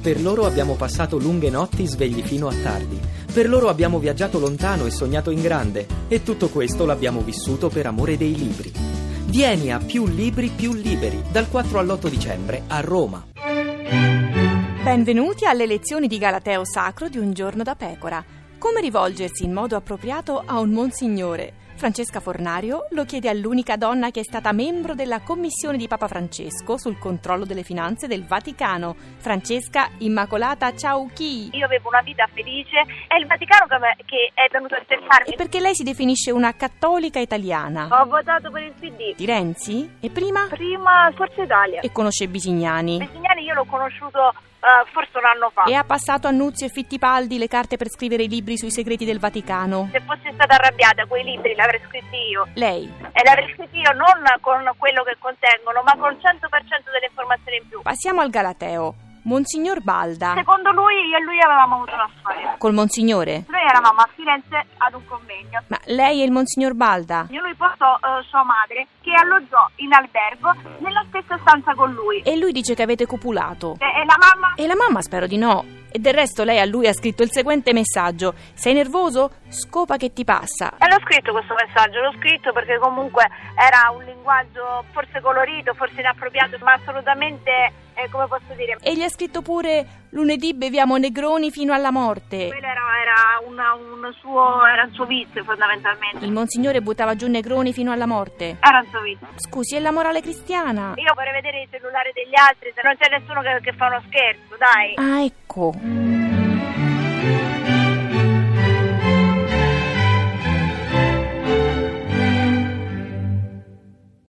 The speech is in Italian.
Per loro abbiamo passato lunghe notti svegli fino a tardi. Per loro abbiamo viaggiato lontano e sognato in grande. E tutto questo l'abbiamo vissuto per amore dei libri. Vieni a Più Libri Più Liberi, dal 4 all'8 dicembre a Roma. Benvenuti alle lezioni di Galateo Sacro di Un giorno da pecora. Come rivolgersi in modo appropriato a un monsignore? Francesca Fornario lo chiede all'unica donna che è stata membro della commissione di Papa Francesco sul controllo delle finanze del Vaticano. Francesca Immacolata Ciauchi. Io avevo una vita felice, è il Vaticano che è venuto a cercarmi. E perché lei si definisce una cattolica italiana? Ho votato per il PD. Di Renzi? E prima? Prima Forza Italia. E conosce Bisignani? Bisignani io l'ho conosciuto forse un anno fa. E ha passato a Nunzio e Fittipaldi le carte per scrivere i libri sui segreti del Vaticano? Se fossi stata arrabbiata, quei libri li avrei scritti io. Lei? E li avrei scritti io non con quello che contengono, ma con il 100% delle informazioni in più. Passiamo al Galateo. Monsignor Balda. Secondo lui, io e lui avevamo avuto una storia. Col Monsignore? Noi eravamo a Firenze ad un convegno. Ma lei e il Monsignor Balda? Lui portò sua madre, che alloggiò in albergo nella stessa stanza con lui. E lui dice che avete copulato. E la mamma? E la mamma spero di no. E del resto lei a lui ha scritto il seguente messaggio: sei nervoso? Scopa che ti passa. E l'ho scritto questo messaggio, l'ho scritto perché comunque era un linguaggio forse colorito, forse inappropriato, ma assolutamente, come posso dire. E gli ha scritto pure: lunedì beviamo Negroni fino alla morte. Quello era un suo vizio fondamentalmente. Il Monsignore buttava giù Negroni fino alla morte. Era un suo vizio. Scusi, è la morale cristiana. Io vorrei vedere il cellulare degli altri, se non c'è nessuno che fa uno scherzo, dai. Ah, ecco.